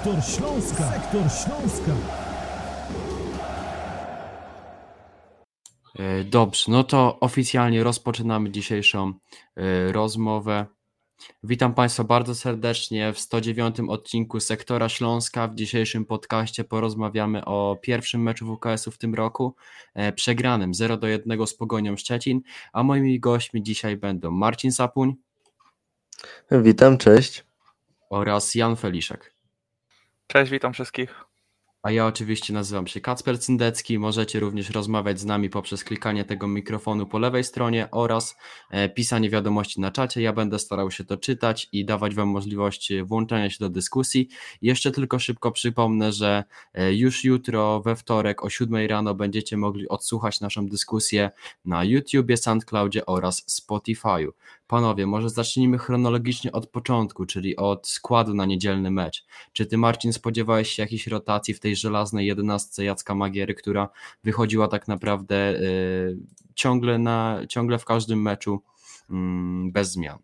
Sektor Śląska. Sektor Śląska. Dobrze, no to oficjalnie rozpoczynamy dzisiejszą rozmowę. Witam Państwa bardzo serdecznie w 109 odcinku Sektora Śląska. W dzisiejszym podcaście porozmawiamy o pierwszym meczu WKS-u w tym roku, przegranym 0-1 z Pogonią Szczecin, a moimi gośćmi dzisiaj będą Marcin Sapuń. Witam, cześć. Oraz Jan Feliszek. Cześć, witam wszystkich. A ja oczywiście nazywam się Kacper Cyndecki, możecie również rozmawiać z nami poprzez klikanie tego mikrofonu po lewej stronie oraz pisanie wiadomości na czacie. Ja będę starał się to czytać i dawać Wam możliwość włączenia się do dyskusji. Jeszcze tylko szybko przypomnę, że już jutro we wtorek o 7 rano będziecie mogli odsłuchać naszą dyskusję na YouTubie, SoundCloudzie oraz Spotify'u. Panowie, może zacznijmy chronologicznie od początku, czyli od składu na niedzielny mecz. Czy Ty, Marcin, spodziewałeś się jakiejś rotacji w tej żelaznej 11 Jacka Magiery, która wychodziła tak naprawdę ciągle w każdym meczu bez zmian?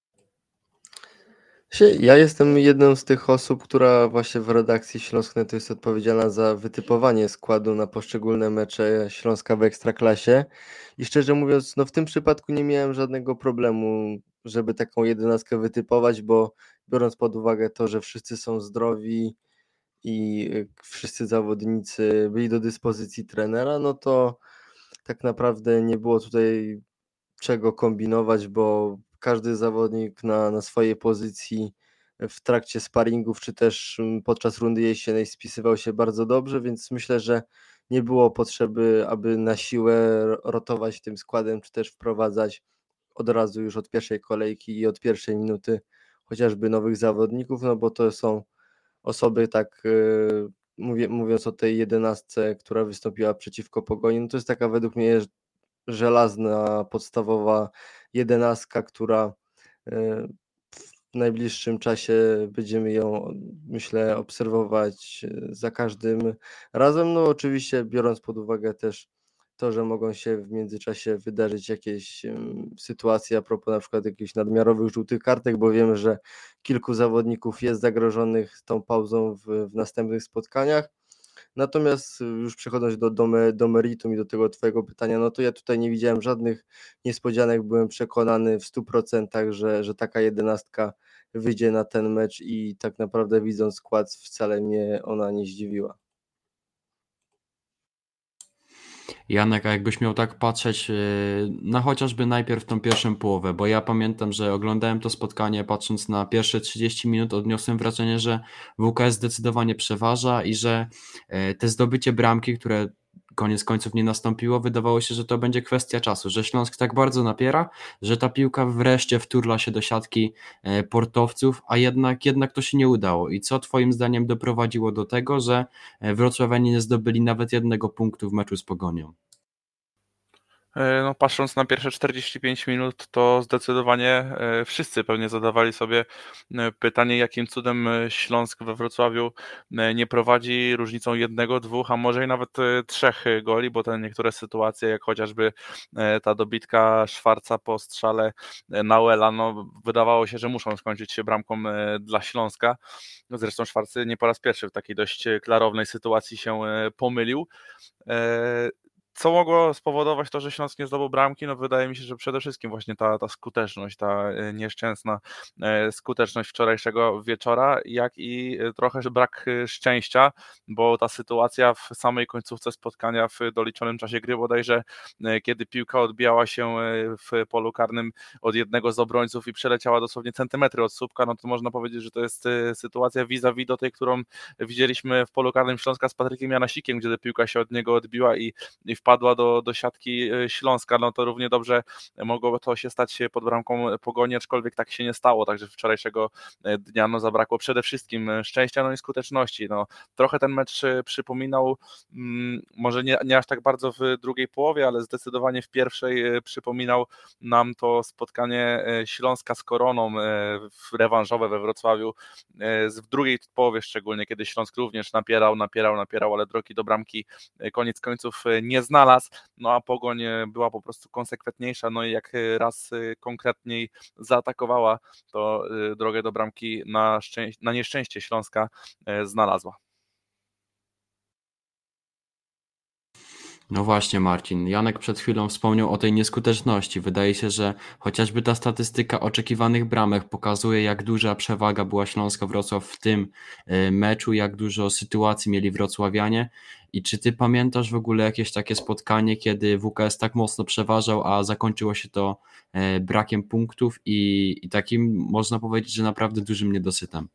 Ja jestem jedną z tych osób, która właśnie w redakcji Śląsknetu jest odpowiedzialna za wytypowanie składu na poszczególne mecze Śląska w Ekstraklasie i szczerze mówiąc, no w tym przypadku nie miałem żadnego problemu, żeby taką 11 wytypować, bo biorąc pod uwagę to, że wszyscy są zdrowi i wszyscy zawodnicy byli do dyspozycji trenera, no to tak naprawdę nie było tutaj czego kombinować, bo każdy zawodnik na swojej pozycji w trakcie sparingów, czy też podczas rundy jesiennej spisywał się bardzo dobrze, więc myślę, że nie było potrzeby, aby na siłę rotować tym składem, czy też wprowadzać od razu już od pierwszej kolejki i od pierwszej minuty chociażby nowych zawodników, no bo to są osoby, tak mówiąc o tej 11, która wystąpiła przeciwko Pogoni, no to jest taka według mnie żelazna, podstawowa 11, która w najbliższym czasie będziemy ją, myślę, obserwować za każdym razem. No oczywiście biorąc pod uwagę też to, że mogą się w międzyczasie wydarzyć jakieś sytuacje a propos na przykład jakichś nadmiarowych żółtych kartek, bo wiemy, że kilku zawodników jest zagrożonych tą pauzą w następnych spotkaniach. Natomiast już przechodząc do meritum i do tego twojego pytania, no to ja tutaj nie widziałem żadnych niespodzianek, byłem przekonany w 100%, że taka 11 wyjdzie na ten mecz i tak naprawdę widząc skład wcale mnie ona nie zdziwiła. Janek, a jakbyś miał tak patrzeć na chociażby najpierw tą pierwszą połowę, bo ja pamiętam, że oglądałem to spotkanie, patrząc na pierwsze 30 minut, odniosłem wrażenie, że WKS zdecydowanie przeważa i że te zdobycie bramki, które koniec końców nie nastąpiło, wydawało się, że to będzie kwestia czasu, że Śląsk tak bardzo napiera, że ta piłka wreszcie wturla się do siatki portowców, a jednak to się nie udało. I co twoim zdaniem doprowadziło do tego, że wrocławianie nie zdobyli nawet jednego punktu w meczu z Pogonią? No, patrząc na pierwsze 45 minut, to zdecydowanie wszyscy pewnie zadawali sobie pytanie, jakim cudem Śląsk we Wrocławiu nie prowadzi różnicą 1, 2, a może i nawet 3 goli, bo te niektóre sytuacje, jak chociażby ta dobitka Szwarca po strzale Nauela, no wydawało się, że muszą skończyć się bramką dla Śląska. Zresztą Szwarcy nie po raz pierwszy w takiej dość klarownej sytuacji się pomylił. Co mogło spowodować to, że Śląsk nie zdobył bramki? No wydaje mi się, że przede wszystkim właśnie ta skuteczność, ta nieszczęsna skuteczność wczorajszego wieczora, jak i trochę brak szczęścia, bo ta sytuacja w samej końcówce spotkania w doliczonym czasie gry bodajże, kiedy piłka odbijała się w polu karnym od jednego z obrońców i przeleciała dosłownie centymetry od słupka, no to można powiedzieć, że to jest sytuacja vis-a-vis do tej, którą widzieliśmy w polu karnym Śląska z Patrykiem Janasikiem, gdzie ta piłka się od niego odbiła i wpadła do siatki Śląska, no to równie dobrze mogło to się stać pod bramką Pogoni, aczkolwiek tak się nie stało, także wczorajszego dnia no zabrakło przede wszystkim szczęścia, no i skuteczności. No, trochę ten mecz przypominał, może nie aż tak bardzo w drugiej połowie, ale zdecydowanie w pierwszej przypominał nam to spotkanie Śląska z Koroną rewanżowe we Wrocławiu, w drugiej połowie szczególnie, kiedy Śląsk również napierał, ale drogi do bramki koniec końców nie znał. znalazł, no a Pogoń była po prostu konsekwentniejsza, no i jak raz konkretniej zaatakowała, to drogę do bramki na nieszczęście Śląska znalazła. No właśnie, Marcin. Janek przed chwilą wspomniał o tej nieskuteczności. Wydaje się, że chociażby ta statystyka oczekiwanych bramek pokazuje, jak duża przewaga była Śląska Wrocław w tym meczu, jak dużo sytuacji mieli wrocławianie. I czy ty pamiętasz w ogóle jakieś takie spotkanie, kiedy WKS tak mocno przeważał, a zakończyło się to brakiem punktów i takim, można powiedzieć, że naprawdę dużym niedosytem?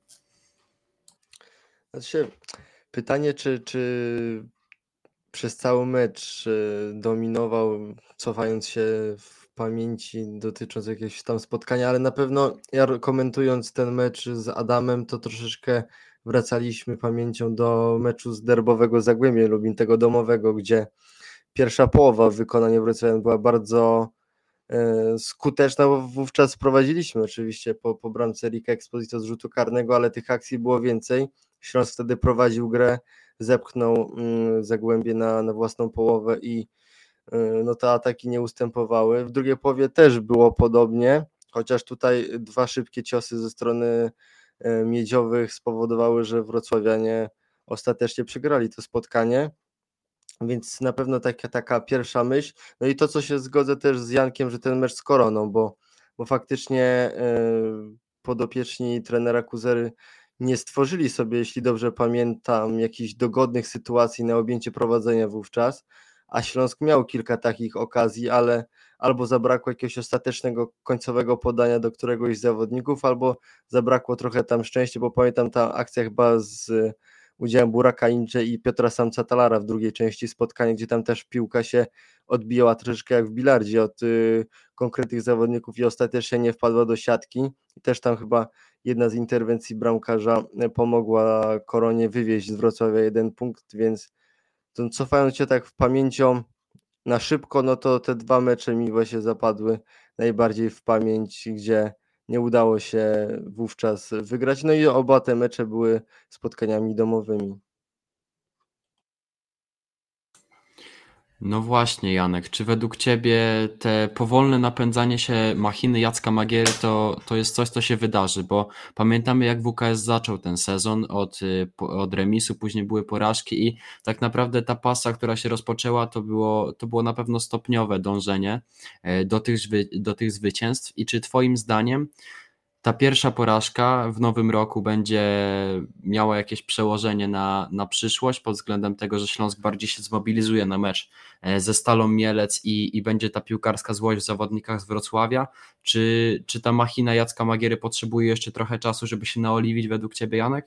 Znaczy, pytanie, czy przez cały mecz dominował, cofając się w pamięci dotycząc jakiegoś tam spotkania, ale na pewno ja komentując ten mecz z Adamem, to troszeczkę wracaliśmy pamięcią do meczu z derbowego Zagłębia Lubin, tego domowego, gdzie pierwsza połowa w wykonaniu wrocławian była bardzo skuteczna, bo wówczas prowadziliśmy oczywiście po bramce Rika Exposito z rzutu karnego, ale tych akcji było więcej. Śląsk wtedy prowadził grę, zepchnął Zagłębie na własną połowę i no te ataki nie ustępowały. W drugiej połowie też było podobnie, chociaż tutaj dwa szybkie ciosy ze strony miedziowych spowodowały, że wrocławianie ostatecznie przegrali to spotkanie. Więc na pewno taka pierwsza myśl. No i to, co się zgodzę też z Jankiem, że ten mecz z Koroną, bo faktycznie podopieczni trenera Kuzery nie stworzyli sobie, jeśli dobrze pamiętam, jakichś dogodnych sytuacji na objęcie prowadzenia wówczas, a Śląsk miał kilka takich okazji, ale albo zabrakło jakiegoś ostatecznego końcowego podania do któregoś z zawodników, albo zabrakło trochę tam szczęścia, bo pamiętam ta akcja chyba z udziałem Buraka Indże i Piotra Samca-Talara w drugiej części spotkania, gdzie tam też piłka się odbijała troszeczkę jak w bilardzie od konkretnych zawodników i ostatecznie nie wpadła do siatki. I też tam chyba jedna z interwencji bramkarza pomogła Koronie wywieźć z Wrocławia 1 punkt, więc to cofając się tak w pamięcią na szybko, no to te dwa mecze mi właśnie zapadły najbardziej w pamięć, gdzie nie udało się wówczas wygrać. No i oba te mecze były spotkaniami domowymi. No właśnie, Janek, czy według Ciebie te powolne napędzanie się machiny Jacka Magiery to jest coś, co się wydarzy? Bo pamiętamy, jak WKS zaczął ten sezon od remisu, później były porażki i tak naprawdę ta pasa, która się rozpoczęła, to było na pewno stopniowe dążenie do tych zwycięstw. I czy Twoim zdaniem ta pierwsza porażka w nowym roku będzie miała jakieś przełożenie na przyszłość pod względem tego, że Śląsk bardziej się zmobilizuje na mecz ze Stalą Mielec i będzie ta piłkarska złość w zawodnikach z Wrocławia? Czy ta machina Jacka Magiery potrzebuje jeszcze trochę czasu, żeby się naoliwić według Ciebie, Janek?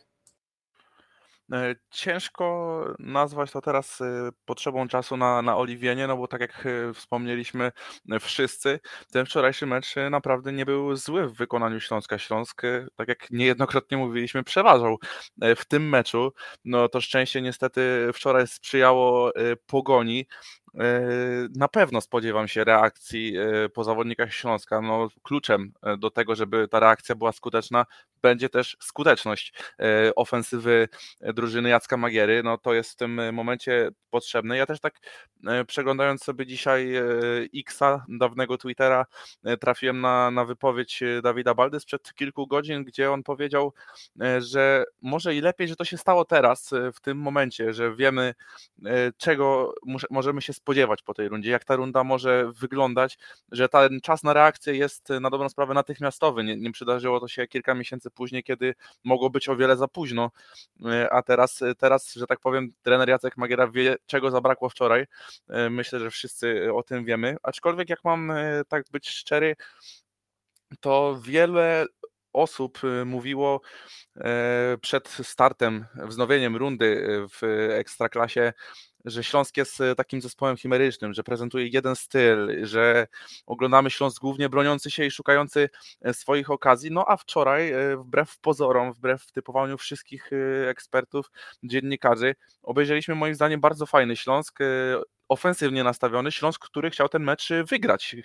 Ciężko nazwać to teraz potrzebą czasu na oliwienie, no bo tak jak wspomnieliśmy wszyscy, ten wczorajszy mecz naprawdę nie był zły w wykonaniu Śląska. Śląsk, tak jak niejednokrotnie mówiliśmy, przeważał w tym meczu. No to szczęście niestety wczoraj sprzyjało Pogoni. Na pewno spodziewam się reakcji po zawodnikach Śląska. No, kluczem do tego, żeby ta reakcja była skuteczna, będzie też skuteczność ofensywy drużyny Jacka Magiery. No, to jest w tym momencie potrzebne. Ja też tak przeglądając sobie dzisiaj Xa, dawnego Twittera, trafiłem na wypowiedź Dawida Baldy sprzed kilku godzin, gdzie on powiedział, że może i lepiej, że to się stało teraz, w tym momencie, że wiemy, czego możemy się spodziewać po tej rundzie, jak ta runda może wyglądać, że ten czas na reakcję jest na dobrą sprawę natychmiastowy. Nie przydarzyło to się kilka miesięcy później, kiedy mogło być o wiele za późno, a teraz, że tak powiem, trener Jacek Magiera wie, czego zabrakło wczoraj. Myślę, że wszyscy o tym wiemy, aczkolwiek jak mam tak być szczery, to wiele osób mówiło przed startem, wznowieniem rundy w Ekstraklasie, że Śląsk jest takim zespołem chimerycznym, że prezentuje jeden styl, że oglądamy Śląsk głównie broniący się i szukający swoich okazji, no a wczoraj wbrew pozorom, wbrew typowaniu wszystkich ekspertów, dziennikarzy, obejrzeliśmy moim zdaniem bardzo fajny Śląsk, ofensywnie nastawiony Śląsk, który chciał ten mecz wygrać.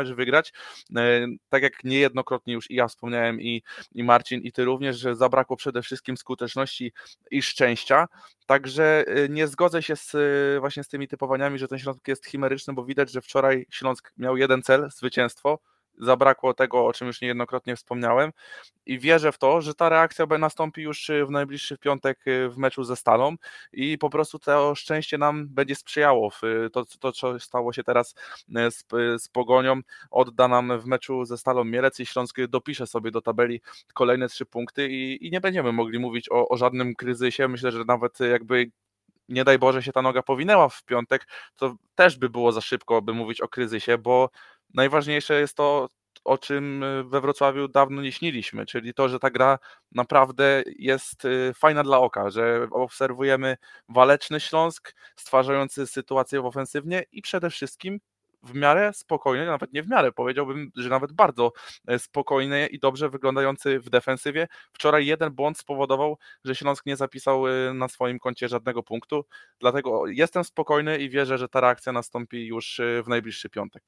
Tak jak niejednokrotnie już i ja wspomniałem, i Marcin, i ty również, że zabrakło przede wszystkim skuteczności i szczęścia. Także nie zgodzę się właśnie z tymi typowaniami, że ten Śląsk jest chimeryczny, bo widać, że wczoraj Śląsk miał jeden cel, zwycięstwo. Zabrakło tego, o czym już niejednokrotnie wspomniałem, i wierzę w to, że ta reakcja nastąpi już w najbliższy piątek w meczu ze Stalą i po prostu to szczęście nam będzie sprzyjało. To co stało się teraz z Pogonią, odda nam w meczu ze Stalą Mielec i Śląsk dopisze sobie do tabeli kolejne 3 punkty i nie będziemy mogli mówić o żadnym kryzysie. Myślę, że nawet jakby nie daj Boże się ta noga powinęła w piątek, to też by było za szybko, by mówić o kryzysie, bo najważniejsze jest to, o czym we Wrocławiu dawno nie śniliśmy, czyli to, że ta gra naprawdę jest fajna dla oka, że obserwujemy waleczny Śląsk, stwarzający sytuację w ofensywnie i przede wszystkim w miarę spokojny, nawet nie w miarę, powiedziałbym, że nawet bardzo spokojny i dobrze wyglądający w defensywie. Wczoraj jeden błąd spowodował, że Śląsk nie zapisał na swoim koncie żadnego punktu, dlatego jestem spokojny i wierzę, że ta reakcja nastąpi już w najbliższy piątek.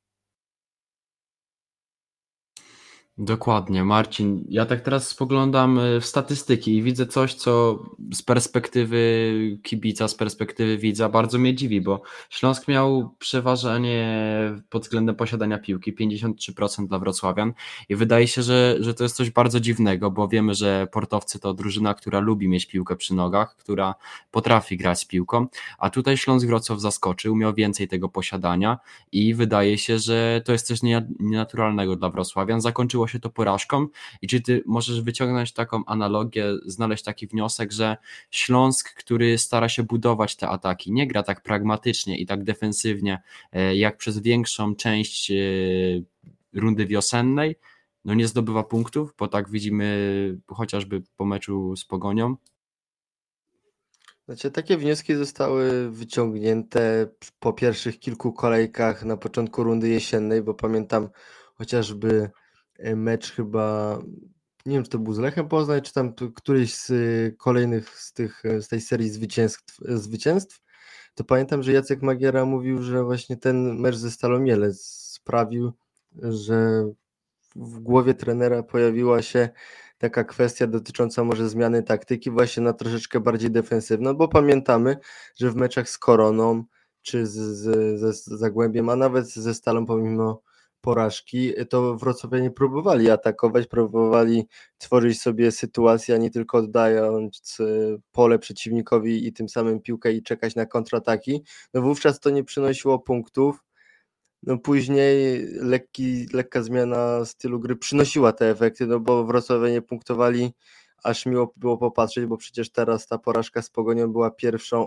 Dokładnie, Marcin. Ja tak teraz spoglądam w statystyki i widzę coś, co z perspektywy kibica, z perspektywy widza bardzo mnie dziwi, bo Śląsk miał przeważenie pod względem posiadania piłki, 53% dla wrocławian, i wydaje się, że to jest coś bardzo dziwnego, bo wiemy, że Portowcy to drużyna, która lubi mieć piłkę przy nogach, która potrafi grać z piłką, a tutaj Śląsk Wrocław zaskoczył, miał więcej tego posiadania i wydaje się, że to jest coś nienaturalnego dla wrocławian. Zakończyło się to porażką i czy ty możesz wyciągnąć taką analogię, znaleźć taki wniosek, że Śląsk, który stara się budować te ataki, nie gra tak pragmatycznie i tak defensywnie jak przez większą część rundy wiosennej, no nie zdobywa punktów, bo tak widzimy chociażby po meczu z Pogonią. Znaczy, takie wnioski zostały wyciągnięte po pierwszych kilku kolejkach na początku rundy jesiennej, bo pamiętam chociażby mecz chyba, nie wiem, czy to był z Lechem Poznań, czy tam któryś z kolejnych z tej serii zwycięstw, to pamiętam, że Jacek Magiera mówił, że właśnie ten mecz ze Stalą Mielec sprawił, że w głowie trenera pojawiła się taka kwestia dotycząca może zmiany taktyki właśnie na troszeczkę bardziej defensywną, bo pamiętamy, że w meczach z Koroną czy z Zagłębiem, a nawet ze Stalą pomimo porażki, to wrocławianie próbowali atakować, próbowali tworzyć sobie sytuację, a nie tylko oddając pole przeciwnikowi i tym samym piłkę i czekać na kontrataki. No wówczas to nie przynosiło punktów. No później lekka zmiana stylu gry przynosiła te efekty, no bo wrocławianie punktowali, aż miło było popatrzeć, bo przecież teraz ta porażka z Pogonią była pierwszą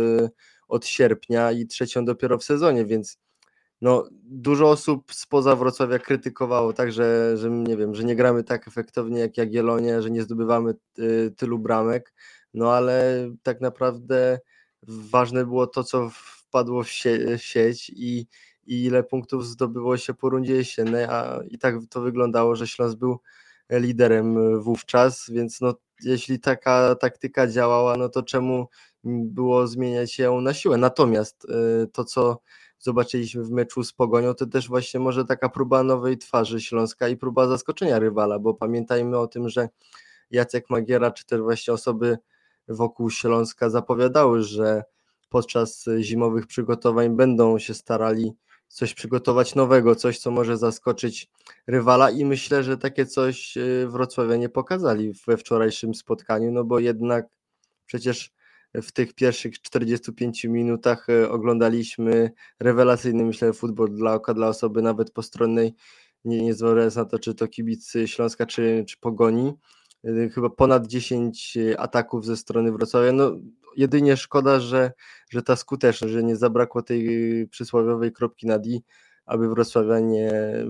od sierpnia i trzecią dopiero w sezonie, więc no dużo osób spoza Wrocławia krytykowało tak, że nie wiem, że nie gramy tak efektownie jak Jagiellonia, że nie zdobywamy tylu bramek, no ale tak naprawdę ważne było to, co wpadło w sieć i ile punktów zdobyło się po rundzie jesiennej, a i tak to wyglądało, że Śląsk był liderem wówczas, więc no, jeśli taka taktyka działała, no to czemu było zmieniać ją na siłę? Natomiast to, co zobaczyliśmy w meczu z Pogonią, to też właśnie może taka próba nowej twarzy Śląska i próba zaskoczenia rywala, bo pamiętajmy o tym, że Jacek Magiera, czy też właśnie osoby wokół Śląska zapowiadały, że podczas zimowych przygotowań będą się starali coś przygotować nowego, coś, co może zaskoczyć rywala, i myślę, że takie coś wrocławianie pokazali we wczorajszym spotkaniu, no bo jednak przecież w tych pierwszych 45 minutach oglądaliśmy rewelacyjny, myślę, futbol dla oka, dla osoby nawet postronnej, nie zważając na to, czy to kibicy Śląska, czy Pogoni. Chyba ponad 10 ataków ze strony Wrocławia. No, jedynie szkoda, że ta skuteczność, że nie zabrakło tej przysłowiowej kropki nad i, aby wrocławianie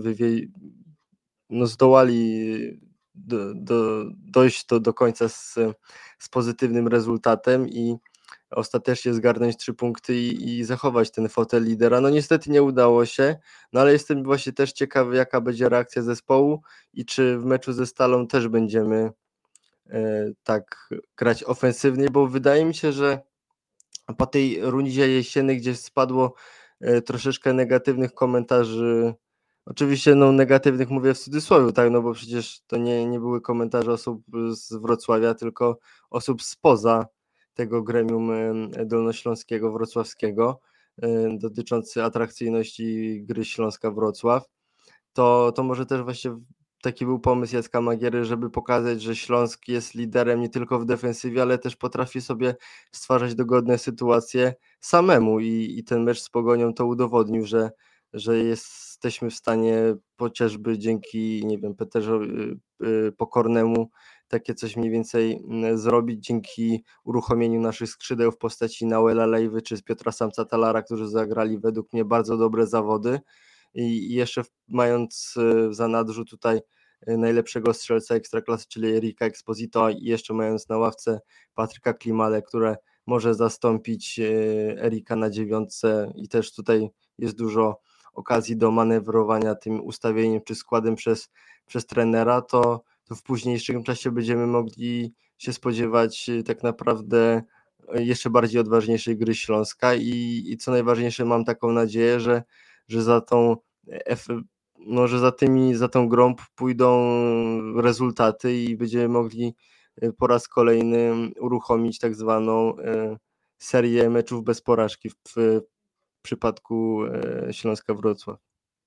zdołali dojść do końca z pozytywnym rezultatem i ostatecznie zgarnąć 3 punkty i zachować ten fotel lidera. No niestety nie udało się, no ale jestem właśnie też ciekawy, jaka będzie reakcja zespołu i czy w meczu ze Stalą też będziemy tak grać ofensywnie, bo wydaje mi się, że po tej rundzie jesiennej, gdzie spadło troszeczkę negatywnych komentarzy, oczywiście no negatywnych mówię w cudzysłowie, tak, no bo przecież to nie były komentarze osób z Wrocławia, tylko osób spoza tego gremium dolnośląskiego, wrocławskiego, dotyczący atrakcyjności gry Śląska-Wrocław. To może też właśnie taki był pomysł Jacka Magiery, żeby pokazać, że Śląsk jest liderem nie tylko w defensywie, ale też potrafi sobie stwarzać dogodne sytuacje samemu i ten mecz z Pogonią to udowodnił, że jesteśmy w stanie chociażby dzięki, nie wiem, Pokornemu takie coś mniej więcej zrobić, dzięki uruchomieniu naszych skrzydeł w postaci Nauela Lejwy czy Piotra Samca Talara, którzy zagrali według mnie bardzo dobre zawody i jeszcze mając w zanadrzu tutaj najlepszego strzelca Ekstraklasy, czyli Erika Exposito, i jeszcze mając na ławce Patryka Klimale, które może zastąpić Erika na dziewiątce i też tutaj jest dużo okazji do manewrowania tym ustawieniem czy składem przez trenera, to w późniejszym czasie będziemy mogli się spodziewać tak naprawdę jeszcze bardziej odważniejszej gry Śląska i co najważniejsze, mam taką nadzieję, że za tą no, że za tą grą pójdą rezultaty i będziemy mogli po raz kolejny uruchomić tak zwaną serię meczów bez porażki w przypadku Śląska Wrocław.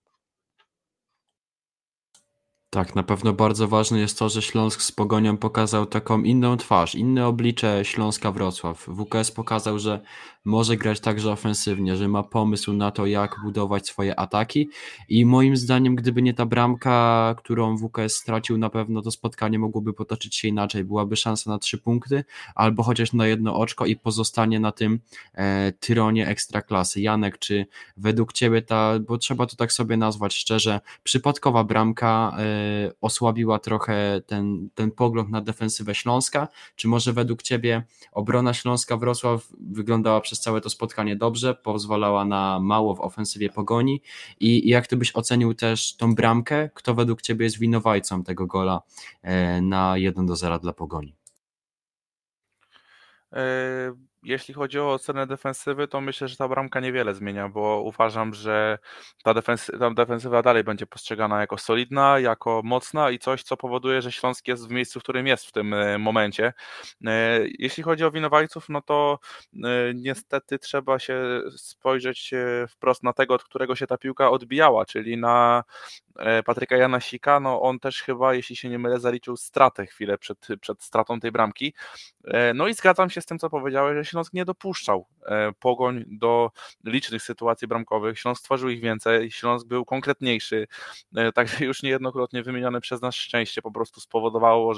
Tak, na pewno bardzo ważne jest to, że Śląsk z Pogonią pokazał taką inną twarz, inne oblicze Śląska Wrocław. WKS pokazał, że może grać także ofensywnie, że ma pomysł na to, jak budować swoje ataki i moim zdaniem, gdyby nie ta bramka, którą WKS stracił, na pewno to spotkanie mogłoby potoczyć się inaczej. Byłaby szansa na 3 punkty albo chociaż na 1 oczko i pozostanie na tym tyronie Ekstraklasy. Janek, czy według Ciebie bo trzeba to tak sobie nazwać szczerze, przypadkowa bramka osłabiła trochę ten pogląd na defensywę Śląska, czy może według Ciebie obrona Śląska Wrocław wyglądała przez całe to spotkanie dobrze, pozwalała na mało w ofensywie Pogoni i jak Ty byś ocenił też tą bramkę, kto według Ciebie jest winowajcą tego gola na 1-0 dla Pogoni? Jeśli chodzi o ocenę defensywy, to myślę, że ta bramka niewiele zmienia, bo uważam, że ta defensywa dalej będzie postrzegana jako solidna, jako mocna i coś, co powoduje, że Śląsk jest w miejscu, w którym jest w tym momencie. Jeśli chodzi o winowajców, no to niestety trzeba się spojrzeć wprost na tego, od którego się ta piłka odbijała, czyli na Patryka Janasika. No on też chyba, jeśli się nie mylę, zaliczył stratę chwilę przed stratą tej bramki. No i zgadzam się z tym, co powiedziałeś, że Śląsk nie dopuszczał Pogoń do licznych sytuacji bramkowych. Śląsk stworzył ich więcej, Śląsk był konkretniejszy, także już niejednokrotnie wymienione przez nas szczęście po prostu spowodowało,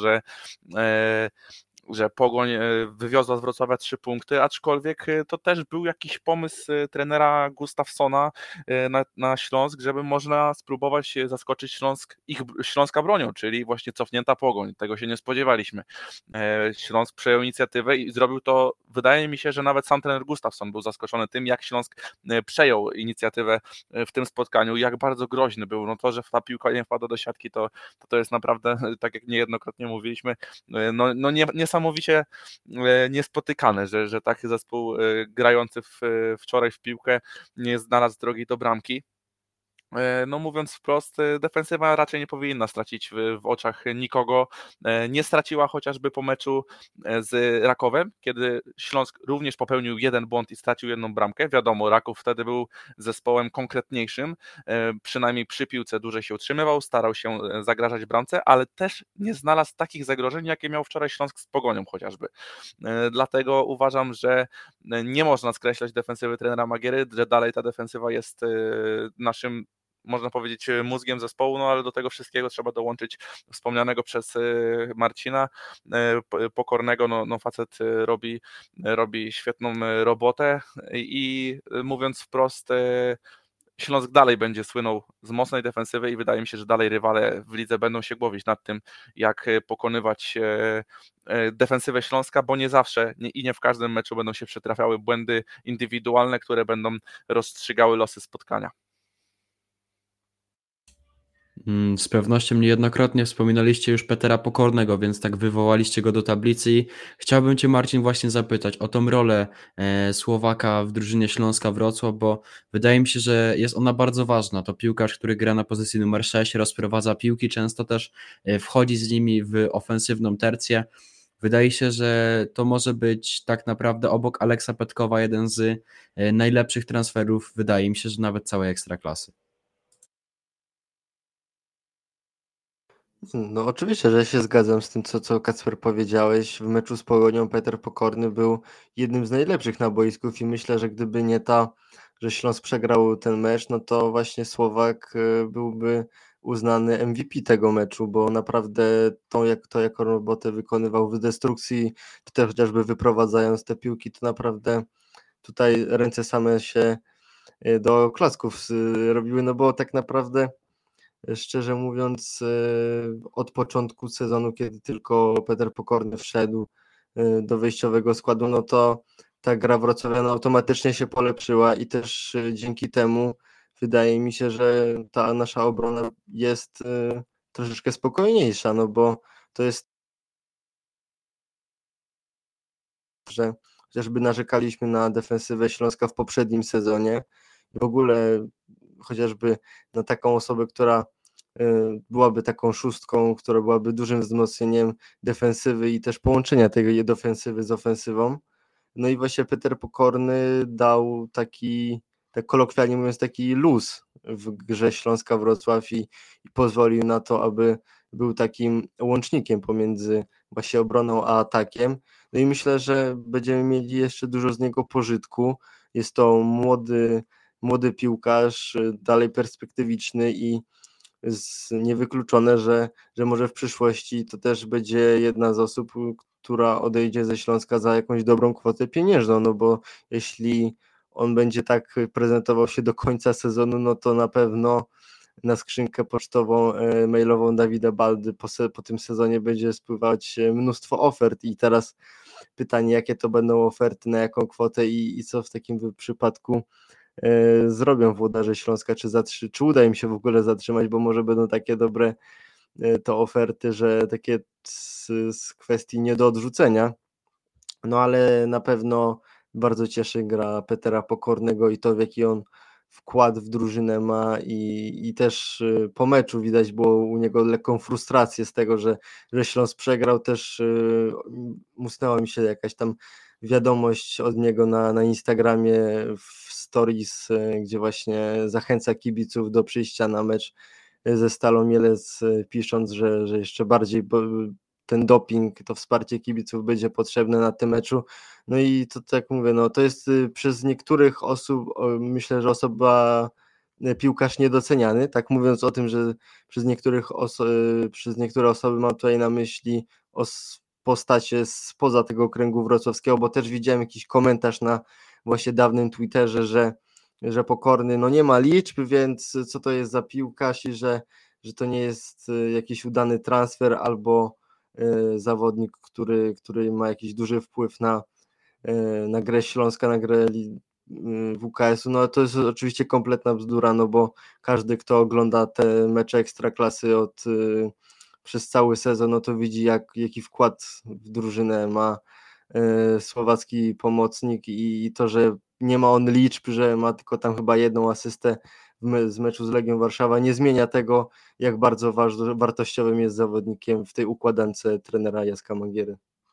że Pogoń wywiozła z Wrocławia 3 punkty, aczkolwiek to też był jakiś pomysł trenera Gustafsona na Śląsk, żeby można spróbować zaskoczyć Śląska bronią, czyli właśnie cofnięta Pogoń. Tego się nie spodziewaliśmy. Śląsk przejął inicjatywę i zrobił to, wydaje mi się, że nawet sam trener Gustafsson był zaskoczony tym, jak Śląsk przejął inicjatywę w tym spotkaniu, jak bardzo groźny był. No to, że ta piłka nie wpadła do siatki, to jest naprawdę, tak jak niejednokrotnie mówiliśmy, no niesamowicie niespotykane, że taki zespół grający wczoraj w piłkę nie znalazł drogi do bramki. No mówiąc wprost, defensywa raczej nie powinna stracić w oczach nikogo. Nie straciła chociażby po meczu z Rakowem, kiedy Śląsk również popełnił jeden błąd i stracił 1 bramkę. Wiadomo, Raków wtedy był zespołem konkretniejszym, przynajmniej przy piłce dłużej się utrzymywał, starał się zagrażać bramce, ale też nie znalazł takich zagrożeń, jakie miał wczoraj Śląsk z Pogonią chociażby. Dlatego uważam, że nie można skreślać defensywy trenera Magiery, że dalej ta defensywa jest naszym, można powiedzieć, mózgiem zespołu, no ale do tego wszystkiego trzeba dołączyć wspomnianego przez Marcina Pokornego. No facet robi świetną robotę i mówiąc wprost, Śląsk dalej będzie słynął z mocnej defensywy i wydaje mi się, że dalej rywale w lidze będą się głowić nad tym, jak pokonywać defensywę Śląska, bo nie zawsze i nie w każdym meczu będą się przytrafiały błędy indywidualne, które będą rozstrzygały losy spotkania. Z pewnością niejednokrotnie wspominaliście już Petera Pokornego, więc tak wywołaliście go do tablicy i chciałbym Cię, Marcin, właśnie zapytać o tą rolę Słowaka w drużynie Śląska Wrocław, bo wydaje mi się, że jest ona bardzo ważna. To piłkarz, który gra na pozycji numer 6, rozprowadza piłki, często też wchodzi z nimi w ofensywną tercję. Wydaje się, że to może być tak naprawdę obok Aleksa Petkowa jeden z najlepszych transferów, wydaje mi się, że nawet całej Ekstraklasy. No oczywiście, że się zgadzam z tym, co Kacper powiedziałeś. W meczu z Pogonią Peter Pokorny był jednym z najlepszych na boisku i myślę, że gdyby nie że Śląsk przegrał ten mecz, no to właśnie Słowak byłby uznany MVP tego meczu, bo naprawdę jaką robotę wykonywał w destrukcji, czy też chociażby wyprowadzając te piłki, to naprawdę tutaj ręce same się do klasków robiły, no bo tak naprawdę szczerze mówiąc, od początku sezonu, kiedy tylko Peter Pokorny wszedł do wyjściowego składu, no to ta gra wrocławiana automatycznie się polepszyła i też dzięki temu wydaje mi się, że ta nasza obrona jest troszeczkę spokojniejsza, no bo to jest, że chociażby narzekaliśmy na defensywę Śląska w poprzednim sezonie, w ogóle chociażby na taką osobę, która byłaby taką szóstką, która byłaby dużym wzmocnieniem defensywy i też połączenia tej defensywy z ofensywą. No i właśnie Peter Pokorny dał taki, tak kolokwialnie mówiąc, taki luz w grze Śląska Wrocław i pozwolił na to, aby był takim łącznikiem pomiędzy właśnie obroną a atakiem. No i myślę, że będziemy mieli jeszcze dużo z niego pożytku. Jest to młody piłkarz, dalej perspektywiczny i niewykluczone, że może w przyszłości to też będzie jedna z osób, która odejdzie ze Śląska za jakąś dobrą kwotę pieniężną, no bo jeśli on będzie tak prezentował się do końca sezonu, no to na pewno na skrzynkę pocztową, mailową Dawida Baldy po tym sezonie będzie spływać mnóstwo ofert i teraz pytanie, jakie to będą oferty, na jaką kwotę i co w takim przypadku zrobią włodarze Śląska, czy uda im się w ogóle zatrzymać, bo może będą takie dobre to oferty, że takie z kwestii nie do odrzucenia. No ale na pewno bardzo cieszy gra Petera Pokornego i to, w jaki on wkład w drużynę ma i też po meczu widać było u niego lekką frustrację z tego, że Śląsk przegrał, też musnęła mi się jakaś tam wiadomość od niego na Instagramie w stories, gdzie właśnie zachęca kibiców do przyjścia na mecz ze Stalą Mielec, pisząc, że jeszcze bardziej ten doping, to wsparcie kibiców będzie potrzebne na tym meczu. No i to tak mówię, no to jest przez niektórych osób, myślę, że piłkarz niedoceniany, tak mówiąc o tym, że przez niektóre osoby mam tutaj na myśli postacie spoza tego kręgu wrocławskiego, bo też widziałem jakiś komentarz na właśnie dawnym Twitterze, że Pokorny no nie ma liczb, więc co to jest za piłkarz i że to nie jest jakiś udany transfer albo zawodnik, który ma jakiś duży wpływ na grę Śląska, na grę WKS-u, no to jest oczywiście kompletna bzdura, no bo każdy, kto ogląda te mecze Ekstraklasy przez cały sezon, no to widzi jaki wkład w drużynę ma słowacki pomocnik i to, że nie ma on liczb, że ma tylko tam chyba jedną asystę z meczu z Legią Warszawa, nie zmienia tego, jak bardzo wartościowym jest zawodnikiem w tej układance trenera Jacka Magiery.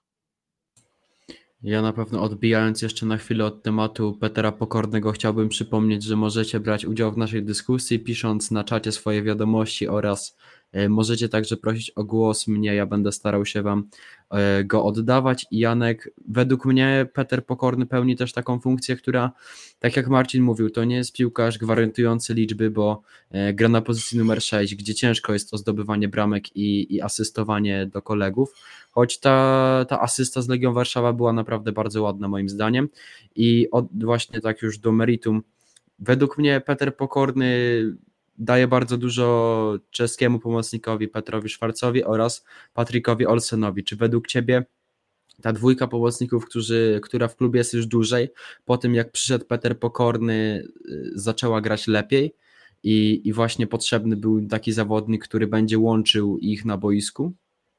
Ja na pewno, odbijając jeszcze na chwilę od tematu Petera Pokornego, chciałbym przypomnieć, że możecie brać udział w naszej dyskusji, pisząc na czacie swoje wiadomości oraz możecie także prosić o głos mnie, ja będę starał się Wam go oddawać. I Janek, według mnie Peter Pokorny pełni też taką funkcję, która, tak jak Marcin mówił, to nie jest piłkarz gwarantujący liczby, bo gra na pozycji numer 6, gdzie ciężko jest o zdobywanie bramek i asystowanie do kolegów, choć ta asysta z Legią Warszawa była naprawdę bardzo ładna moim zdaniem. I właśnie tak już do meritum, według mnie Peter Pokorny daje bardzo dużo czeskiemu pomocnikowi Petrowi Szwarcowi oraz Patrykowi Olsenowi. Czy według Ciebie ta dwójka pomocników, która w klubie jest już dłużej, po tym jak przyszedł Peter Pokorny, zaczęła grać lepiej? i właśnie potrzebny był taki zawodnik, który będzie łączył ich na boisku?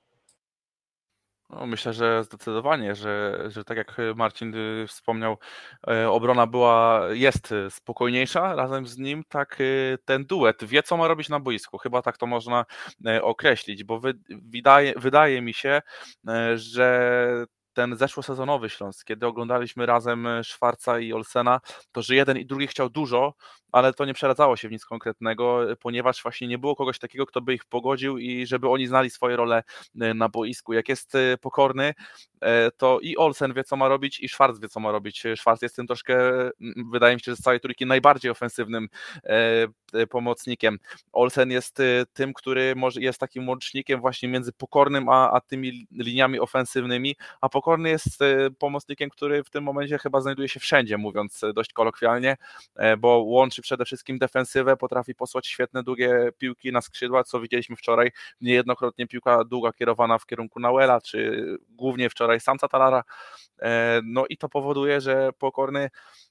No, myślę, że zdecydowanie, że tak jak Marcin wspomniał, obrona jest spokojniejsza razem z nim, tak ten duet wie, co ma robić na boisku. Chyba tak to można określić, bo wydaje mi się, że ten zeszłosezonowy Śląsk, kiedy oglądaliśmy razem Szwarca i Olsena, to że jeden i drugi chciał dużo, ale to nie przeradzało się w nic konkretnego, ponieważ właśnie nie było kogoś takiego, kto by ich pogodził i żeby oni znali swoje role na boisku. Jak jest pokorny, to i Olsen wie, co ma robić, i Schwarz wie, co ma robić. Schwarz jest tym troszkę, wydaje mi się, że z całej trójki najbardziej ofensywnym pomocnikiem. Olsen jest tym, który jest takim łącznikiem właśnie między pokornym a tymi liniami ofensywnymi, a pokorny jest pomocnikiem, który w tym momencie chyba znajduje się wszędzie, mówiąc dość kolokwialnie, bo łączy przede wszystkim defensywę, potrafi posłać świetne, długie piłki na skrzydła, co widzieliśmy wczoraj, niejednokrotnie piłka długa kierowana w kierunku Nauela, czy głównie wczoraj Samca Talara, no i to powoduje, że pokorny,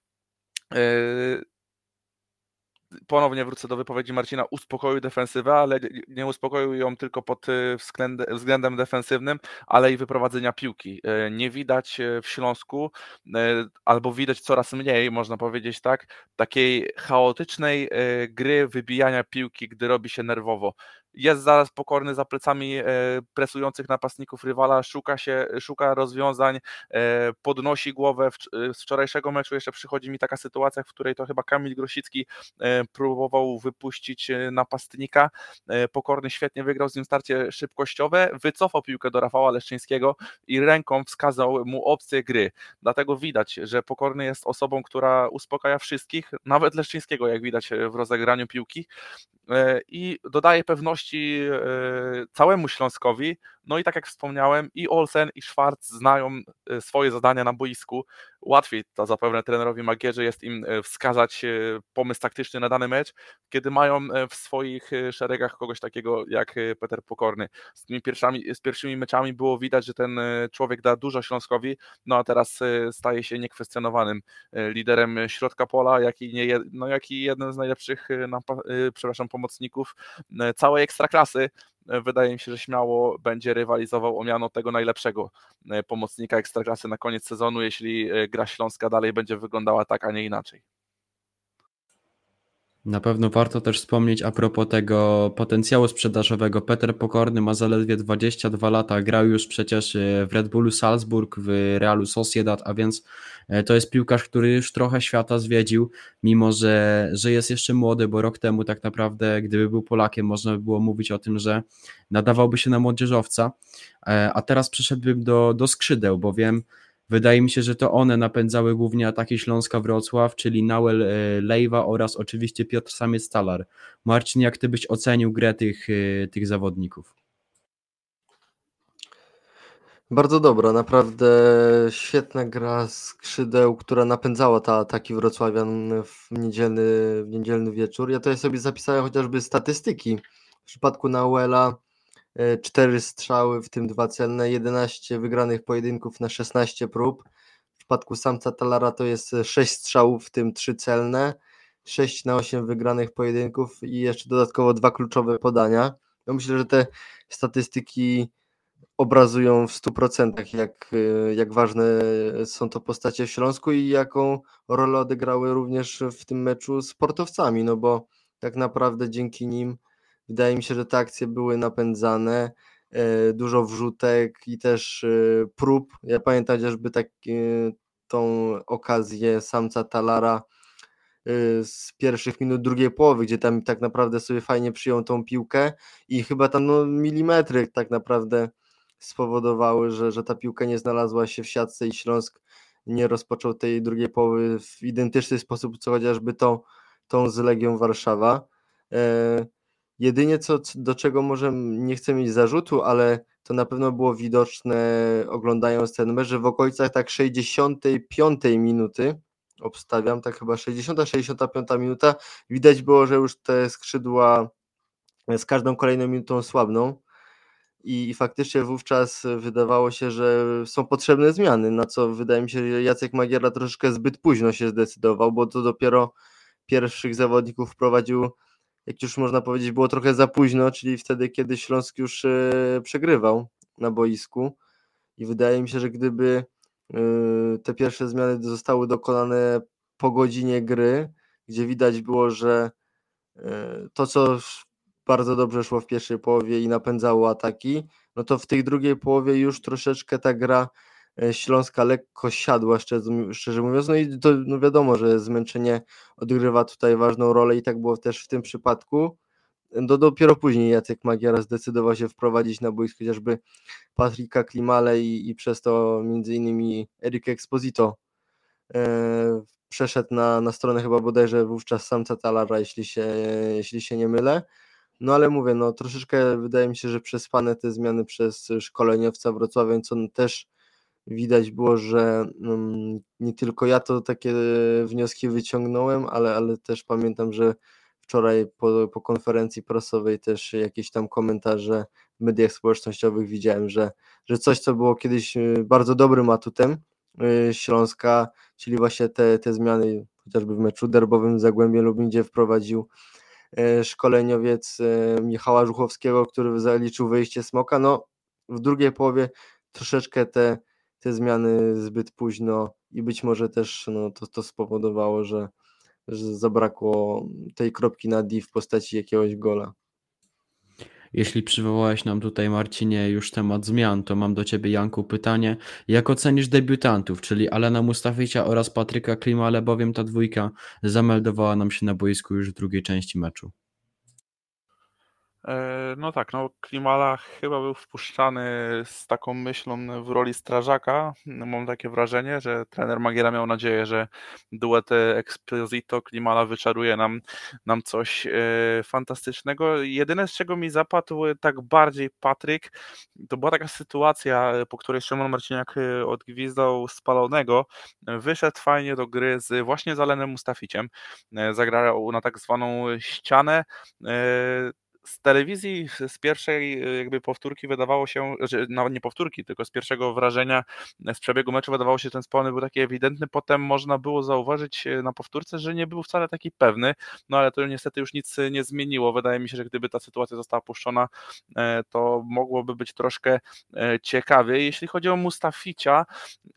ponownie wrócę do wypowiedzi Marcina, uspokoił defensywę, ale nie uspokoił ją tylko pod względem defensywnym, ale i wyprowadzenia piłki. Nie widać w Śląsku, albo widać coraz mniej, można powiedzieć tak, takiej chaotycznej gry wybijania piłki, gdy robi się nerwowo. Jest zaraz pokorny za plecami presujących napastników rywala, szuka rozwiązań, podnosi głowę. Z wczorajszego meczu jeszcze przychodzi mi taka sytuacja, w której to chyba Kamil Grosicki próbował wypuścić napastnika. Pokorny świetnie wygrał z nim starcie szybkościowe, wycofał piłkę do Rafała Leszczyńskiego i ręką wskazał mu opcję gry. Dlatego widać, że Pokorny jest osobą, która uspokaja wszystkich, nawet Leszczyńskiego, jak widać w rozegraniu piłki, i dodaje pewności całemu Śląskowi. No i tak jak wspomniałem, i Olsen, i Schwarz znają swoje zadania na boisku. Łatwiej to zapewne trenerowi Magierze jest im wskazać pomysł taktyczny na dany mecz, kiedy mają w swoich szeregach kogoś takiego jak Peter Pokorny. Z pierwszymi meczami było widać, że ten człowiek da dużo Śląskowi, no a teraz staje się niekwestionowanym liderem środka pola, jak i jeden z najlepszych pomocników całej Ekstraklasy. Wydaje mi się, że śmiało będzie rywalizował o miano tego najlepszego pomocnika Ekstraklasy na koniec sezonu, jeśli gra Śląska dalej będzie wyglądała tak, a nie inaczej. Na pewno warto też wspomnieć a propos tego potencjału sprzedażowego. Peter Pokorny ma zaledwie 22 lata, grał już przecież w Red Bullu Salzburg, w Realu Sociedad, a więc to jest piłkarz, który już trochę świata zwiedził, mimo że jest jeszcze młody, bo rok temu tak naprawdę, gdyby był Polakiem, można by było mówić o tym, że nadawałby się na młodzieżowca, a teraz przeszedłbym do skrzydeł, bowiem wydaje mi się, że to one napędzały głównie ataki Śląska Wrocław, czyli Nauel Lejwa oraz oczywiście Piotr Samiec-Talar. Marcin, jak ty byś ocenił grę tych zawodników? Bardzo dobra, naprawdę świetna gra skrzydeł, która napędzała te ataki wrocławian w niedzielny wieczór. Ja tutaj sobie zapisałem chociażby statystyki. W przypadku Nauela 4 strzały, w tym 2 celne, 11 wygranych pojedynków na 16 prób. W przypadku Samca Talara to jest 6 strzałów, w tym 3 celne, 6 na 8 wygranych pojedynków i jeszcze dodatkowo 2 kluczowe podania. No myślę, że te statystyki obrazują w 100% jak ważne są to postacie w Śląsku i jaką rolę odegrały również w tym meczu sportowcami, no bo tak naprawdę dzięki nim wydaje mi się, że te akcje były napędzane, dużo wrzutek i też prób. Ja pamiętam chociażby tą okazję Samca Talara z pierwszych minut drugiej połowy, gdzie tam tak naprawdę sobie fajnie przyjął tą piłkę i chyba tam milimetry tak naprawdę spowodowały, że ta piłka nie znalazła się w siatce i Śląsk nie rozpoczął tej drugiej połowy w identyczny sposób, co chociażby tą z Legią Warszawa. Jedynie do czego może nie chcę mieć zarzutu, ale to na pewno było widoczne oglądając ten mecz, że w okolicach tak 65 minuty, obstawiam, tak chyba 60-65 minuta, widać było, że już te skrzydła z każdą kolejną minutą słabną i faktycznie wówczas wydawało się, że są potrzebne zmiany, na co wydaje mi się, że Jacek Magiera troszeczkę zbyt późno się zdecydował, bo to dopiero pierwszych zawodników wprowadził jak już można powiedzieć, było trochę za późno, czyli wtedy, kiedy Śląsk już przegrywał na boisku. I wydaje mi się, że gdyby te pierwsze zmiany zostały dokonane po godzinie gry, gdzie widać było, że to, co bardzo dobrze szło w pierwszej połowie i napędzało ataki, no to w tej drugiej połowie już troszeczkę ta gra Śląska lekko siadła, szczerze mówiąc. No i to no wiadomo, że zmęczenie odgrywa tutaj ważną rolę i tak było też w tym przypadku. Dopiero później Jacek Magiera zdecydował się wprowadzić na boisko chociażby Patryka Klimale i przez to między innymi Eric Exposito przeszedł na stronę chyba bodajże wówczas Samca Talara, jeśli się nie mylę. No ale mówię, no troszeczkę wydaje mi się, że przespane te zmiany przez szkoleniowca Wrocławia, co też widać było, że nie tylko ja to takie wnioski wyciągnąłem, ale też pamiętam, że wczoraj po konferencji prasowej też jakieś tam komentarze w mediach społecznościowych widziałem, że coś, co było kiedyś bardzo dobrym atutem Śląska, czyli właśnie te zmiany, chociażby w meczu derbowym z Zagłębiem Lubin, gdzie wprowadził szkoleniowiec Michała Żuchowskiego, który zaliczył wyjście Smoka. No w drugiej połowie troszeczkę te zmiany zbyt późno i być może też no, to spowodowało, że zabrakło tej kropki na D w postaci jakiegoś gola. Jeśli przywołałeś nam tutaj, Marcinie, już temat zmian, to mam do Ciebie, Janku, pytanie. Jak ocenisz debiutantów, czyli Alena Mustaficia oraz Patryka Klimale, bowiem ta dwójka zameldowała nam się na boisku już w drugiej części meczu? No tak, no Klimala chyba był wpuszczany z taką myślą w roli strażaka. Mam takie wrażenie, że trener Magiera miał nadzieję, że duet Exposito Klimala wyczaruje nam coś fantastycznego. Jedyne, z czego mi zapadł tak bardziej Patryk, to była taka sytuacja, po której Szymon Marciniak odgwizdał spalonego. Wyszedł fajnie do gry właśnie z Alenem Mustaficiem. Zagrał na tak zwaną ścianę. Z telewizji, z pierwszej jakby powtórki wydawało się, że nawet nie powtórki, tylko z pierwszego wrażenia z przebiegu meczu wydawało się, że ten spalony był taki ewidentny, potem można było zauważyć na powtórce, że nie był wcale taki pewny, no ale to niestety już nic nie zmieniło. Wydaje mi się, że gdyby ta sytuacja została puszczona, to mogłoby być troszkę ciekawiej. Jeśli chodzi o Mustaficia,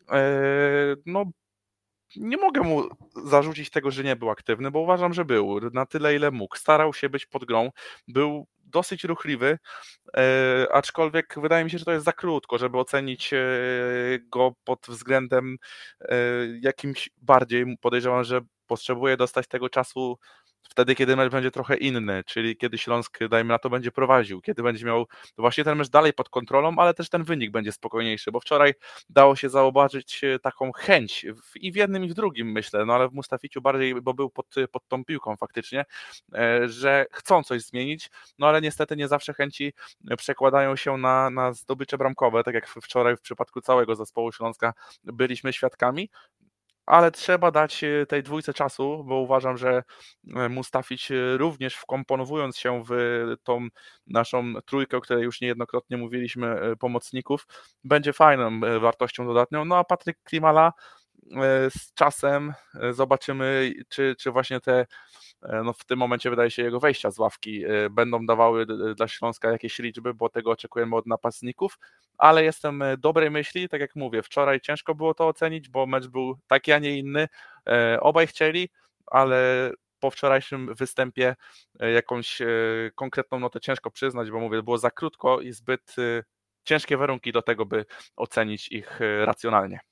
no nie mogę mu zarzucić tego, że nie był aktywny, bo uważam, że był na tyle, ile mógł. Starał się być pod grą, był dosyć ruchliwy, aczkolwiek wydaje mi się, że to jest za krótko, żeby ocenić go pod względem jakimś bardziej. Podejrzewam, że potrzebuje dostać tego czasu wtedy, kiedy mecz będzie trochę inny, czyli kiedy Śląsk, dajmy na to, będzie prowadził, kiedy będzie miał właśnie ten mecz dalej pod kontrolą, ale też ten wynik będzie spokojniejszy, bo wczoraj dało się zauważyć taką chęć i w jednym i w drugim, myślę, no ale w Mustaficiu bardziej, bo był pod tą piłką faktycznie, że chcą coś zmienić, no ale niestety nie zawsze chęci przekładają się na zdobycze bramkowe, tak jak wczoraj w przypadku całego zespołu Śląska byliśmy świadkami. Ale trzeba dać tej dwójce czasu, bo uważam, że Mustafić również wkomponowując się w tą naszą trójkę, o której już niejednokrotnie mówiliśmy, pomocników, będzie fajną wartością dodatnią. No a Patryk Klimala z czasem zobaczymy, czy właśnie te, no w tym momencie wydaje się jego wejścia z ławki będą dawały dla Śląska jakieś liczby, bo tego oczekujemy od napastników, ale jestem dobrej myśli, tak jak mówię, wczoraj ciężko było to ocenić, bo mecz był taki, a nie inny, obaj chcieli, ale po wczorajszym występie jakąś konkretną notę ciężko przyznać, bo mówię, było za krótko i zbyt ciężkie warunki do tego, by ocenić ich racjonalnie.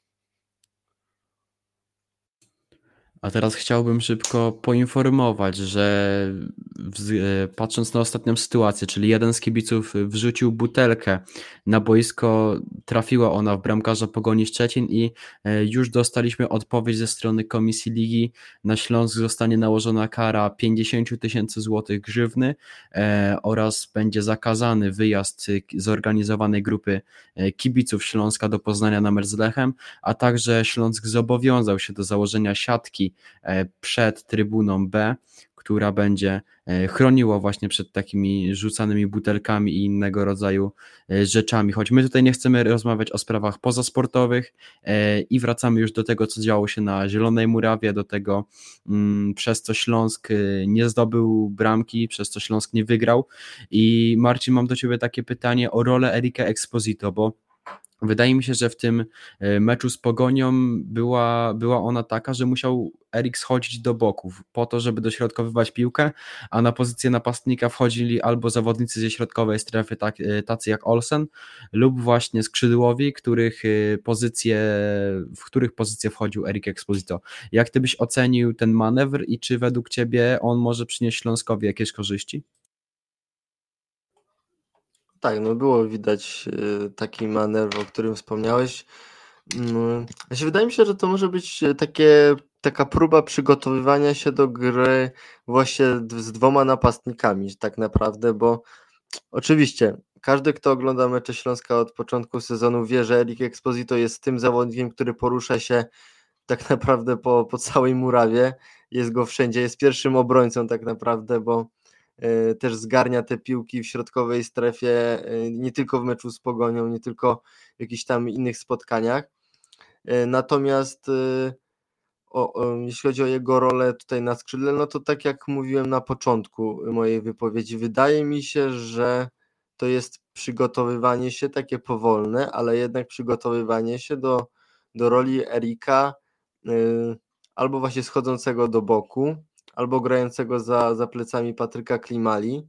A teraz chciałbym szybko poinformować, że patrząc na ostatnią sytuację, czyli jeden z kibiców wrzucił butelkę na boisko, trafiła ona w bramkarza Pogoni Szczecin i już dostaliśmy odpowiedź ze strony Komisji Ligi. Na Śląsk zostanie nałożona kara 50 000 złotych grzywny oraz będzie zakazany wyjazd zorganizowanej grupy kibiców Śląska do Poznania na mecz z Lechem, a także Śląsk zobowiązał się do założenia siatki przed trybuną B, która będzie chroniła właśnie przed takimi rzucanymi butelkami i innego rodzaju rzeczami, choć my tutaj nie chcemy rozmawiać o sprawach pozasportowych i wracamy już do tego, co działo się na Zielonej Murawie, do tego, przez co Śląsk nie zdobył bramki, przez co Śląsk nie wygrał. I Marcin, mam do Ciebie takie pytanie o rolę Erika Exposito, bo wydaje mi się, że w tym meczu z Pogonią była ona taka, że musiał Erik schodzić do boków po to, żeby dośrodkowywać piłkę, a na pozycję napastnika wchodzili albo zawodnicy ze środkowej strefy, tacy jak Olsen, lub właśnie skrzydłowi, w których pozycje wchodził Erik Exposito. Jak Ty byś ocenił ten manewr i czy według Ciebie on może przynieść Śląskowi jakieś korzyści? Tak, no było widać taki manewr, o którym wspomniałeś. Wydaje mi się, że to może być taka próba przygotowywania się do gry właśnie z dwoma napastnikami tak naprawdę, bo oczywiście każdy, kto ogląda mecze Śląska od początku sezonu, wie, że Erik Exposito jest tym zawodnikiem, który porusza się tak naprawdę po całej murawie, jest go wszędzie, jest pierwszym obrońcą tak naprawdę, bo też zgarnia te piłki w środkowej strefie, nie tylko w meczu z Pogonią, nie tylko w jakichś tam innych spotkaniach. Natomiast jeśli chodzi o jego rolę tutaj na skrzydle, no to tak jak mówiłem na początku mojej wypowiedzi, wydaje mi się, że to jest przygotowywanie się takie powolne, ale jednak przygotowywanie się do roli Erika, albo właśnie schodzącego do boku, albo grającego za plecami Patryka Klimali.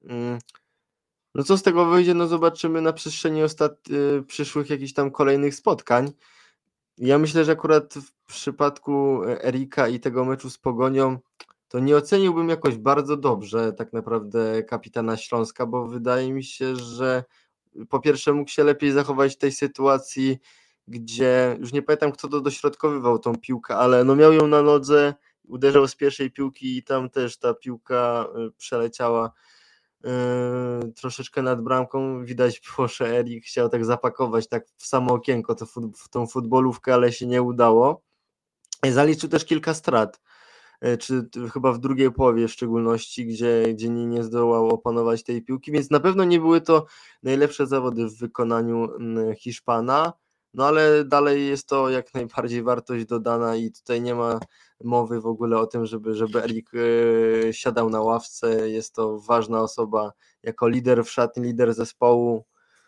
No co z tego wyjdzie, no zobaczymy na przestrzeni przyszłych jakichś tam kolejnych spotkań. Ja myślę, że akurat w przypadku Erika i tego meczu z Pogonią to nie oceniłbym jakoś bardzo dobrze tak naprawdę kapitana Śląska, bo wydaje mi się, że po pierwsze mógł się lepiej zachować w tej sytuacji, gdzie już nie pamiętam, kto to dośrodkowywał tą piłkę, ale no miał ją na nodze, uderzał z pierwszej piłki i tam też ta piłka przeleciała troszeczkę nad bramką. Widać było, że Erik chciał tak zapakować tak w samo okienko w tą futbolówkę, ale się nie udało. Zaliczył też kilka strat, czy chyba w drugiej połowie w szczególności, gdzie nie zdołał opanować tej piłki, więc na pewno nie były to najlepsze zawody w wykonaniu Hiszpana, no ale dalej jest to jak najbardziej wartość dodana i tutaj nie ma mowy w ogóle o tym, żeby Erik siadał na ławce. Jest to ważna osoba jako lider w szatni, lider zespołu,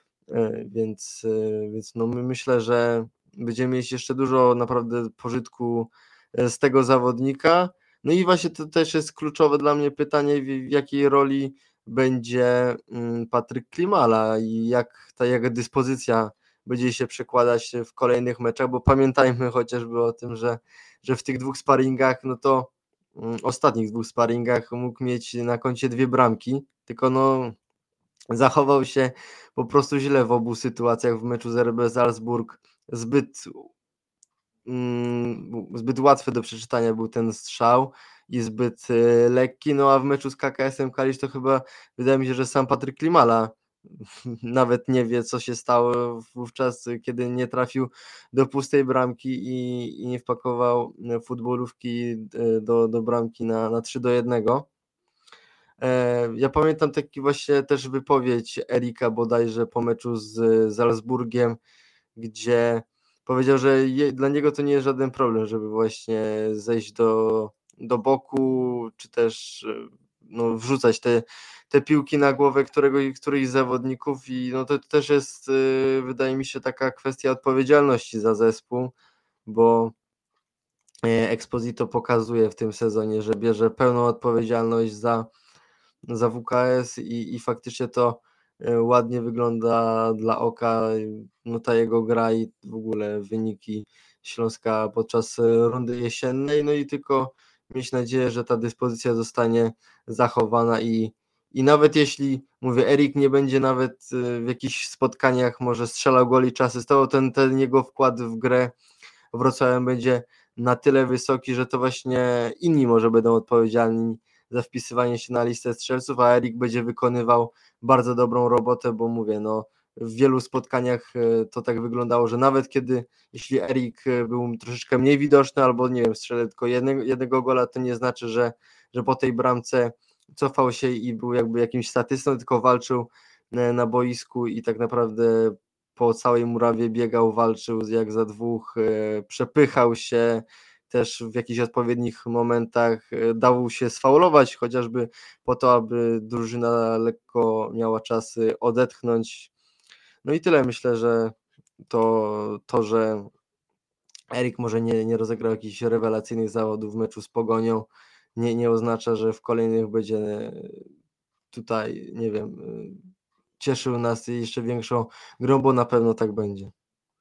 więc no myślę, że będziemy mieć jeszcze dużo naprawdę pożytku z tego zawodnika. No i właśnie to też jest kluczowe dla mnie pytanie, w jakiej roli będzie Patryk Klimala i jak ta jego dyspozycja będzie się przekładać w kolejnych meczach, bo pamiętajmy chociażby o tym, że w tych dwóch sparingach, no to ostatnich dwóch sparingach mógł mieć na koncie 2 bramki, tylko no zachował się po prostu źle w obu sytuacjach. W meczu z RB Salzburg zbyt łatwy do przeczytania był ten strzał i zbyt lekki, no a w meczu z KKS-em Kalisz to chyba wydaje mi się, że sam Patryk Klimala nawet nie wie, co się stało wówczas, kiedy nie trafił do pustej bramki i nie wpakował futbolówki do bramki na 3-1. Ja pamiętam taki właśnie też wypowiedź Erika bodajże po meczu z Salzburgiem, gdzie powiedział, że dla niego to nie jest żaden problem, żeby właśnie zejść do boku, czy też no, wrzucać te piłki na głowę którychś z zawodników i no to też jest wydaje mi się taka kwestia odpowiedzialności za zespół, bo Exposito pokazuje w tym sezonie, że bierze pełną odpowiedzialność za WKS i faktycznie to ładnie wygląda dla oka, no ta jego gra i w ogóle wyniki Śląska podczas rundy jesiennej, no i tylko mieć nadzieję, że ta dyspozycja zostanie zachowana i nawet jeśli, mówię, Erik nie będzie nawet w jakichś spotkaniach może strzelał goli czy asystował, ten jego wkład w grę Wrocławiem będzie na tyle wysoki, że to właśnie inni może będą odpowiedzialni za wpisywanie się na listę strzelców, a Erik będzie wykonywał bardzo dobrą robotę, bo mówię, no w wielu spotkaniach to tak wyglądało, że nawet jeśli Erik był troszeczkę mniej widoczny albo nie wiem, strzelał tylko jednego gola, to nie znaczy, że po tej bramce cofał się i był jakby jakimś statystą, tylko walczył na boisku i tak naprawdę po całej murawie biegał, walczył jak za dwóch, przepychał się, też w jakichś odpowiednich momentach dał się sfaulować, chociażby po to, aby drużyna lekko miała czas odetchnąć. No i tyle. Myślę, że że Erik może nie rozegrał jakichś rewelacyjnych zawodów w meczu z Pogonią, nie oznacza, że w kolejnych będzie tutaj, nie wiem, cieszył nas jeszcze większą grą, bo na pewno tak będzie.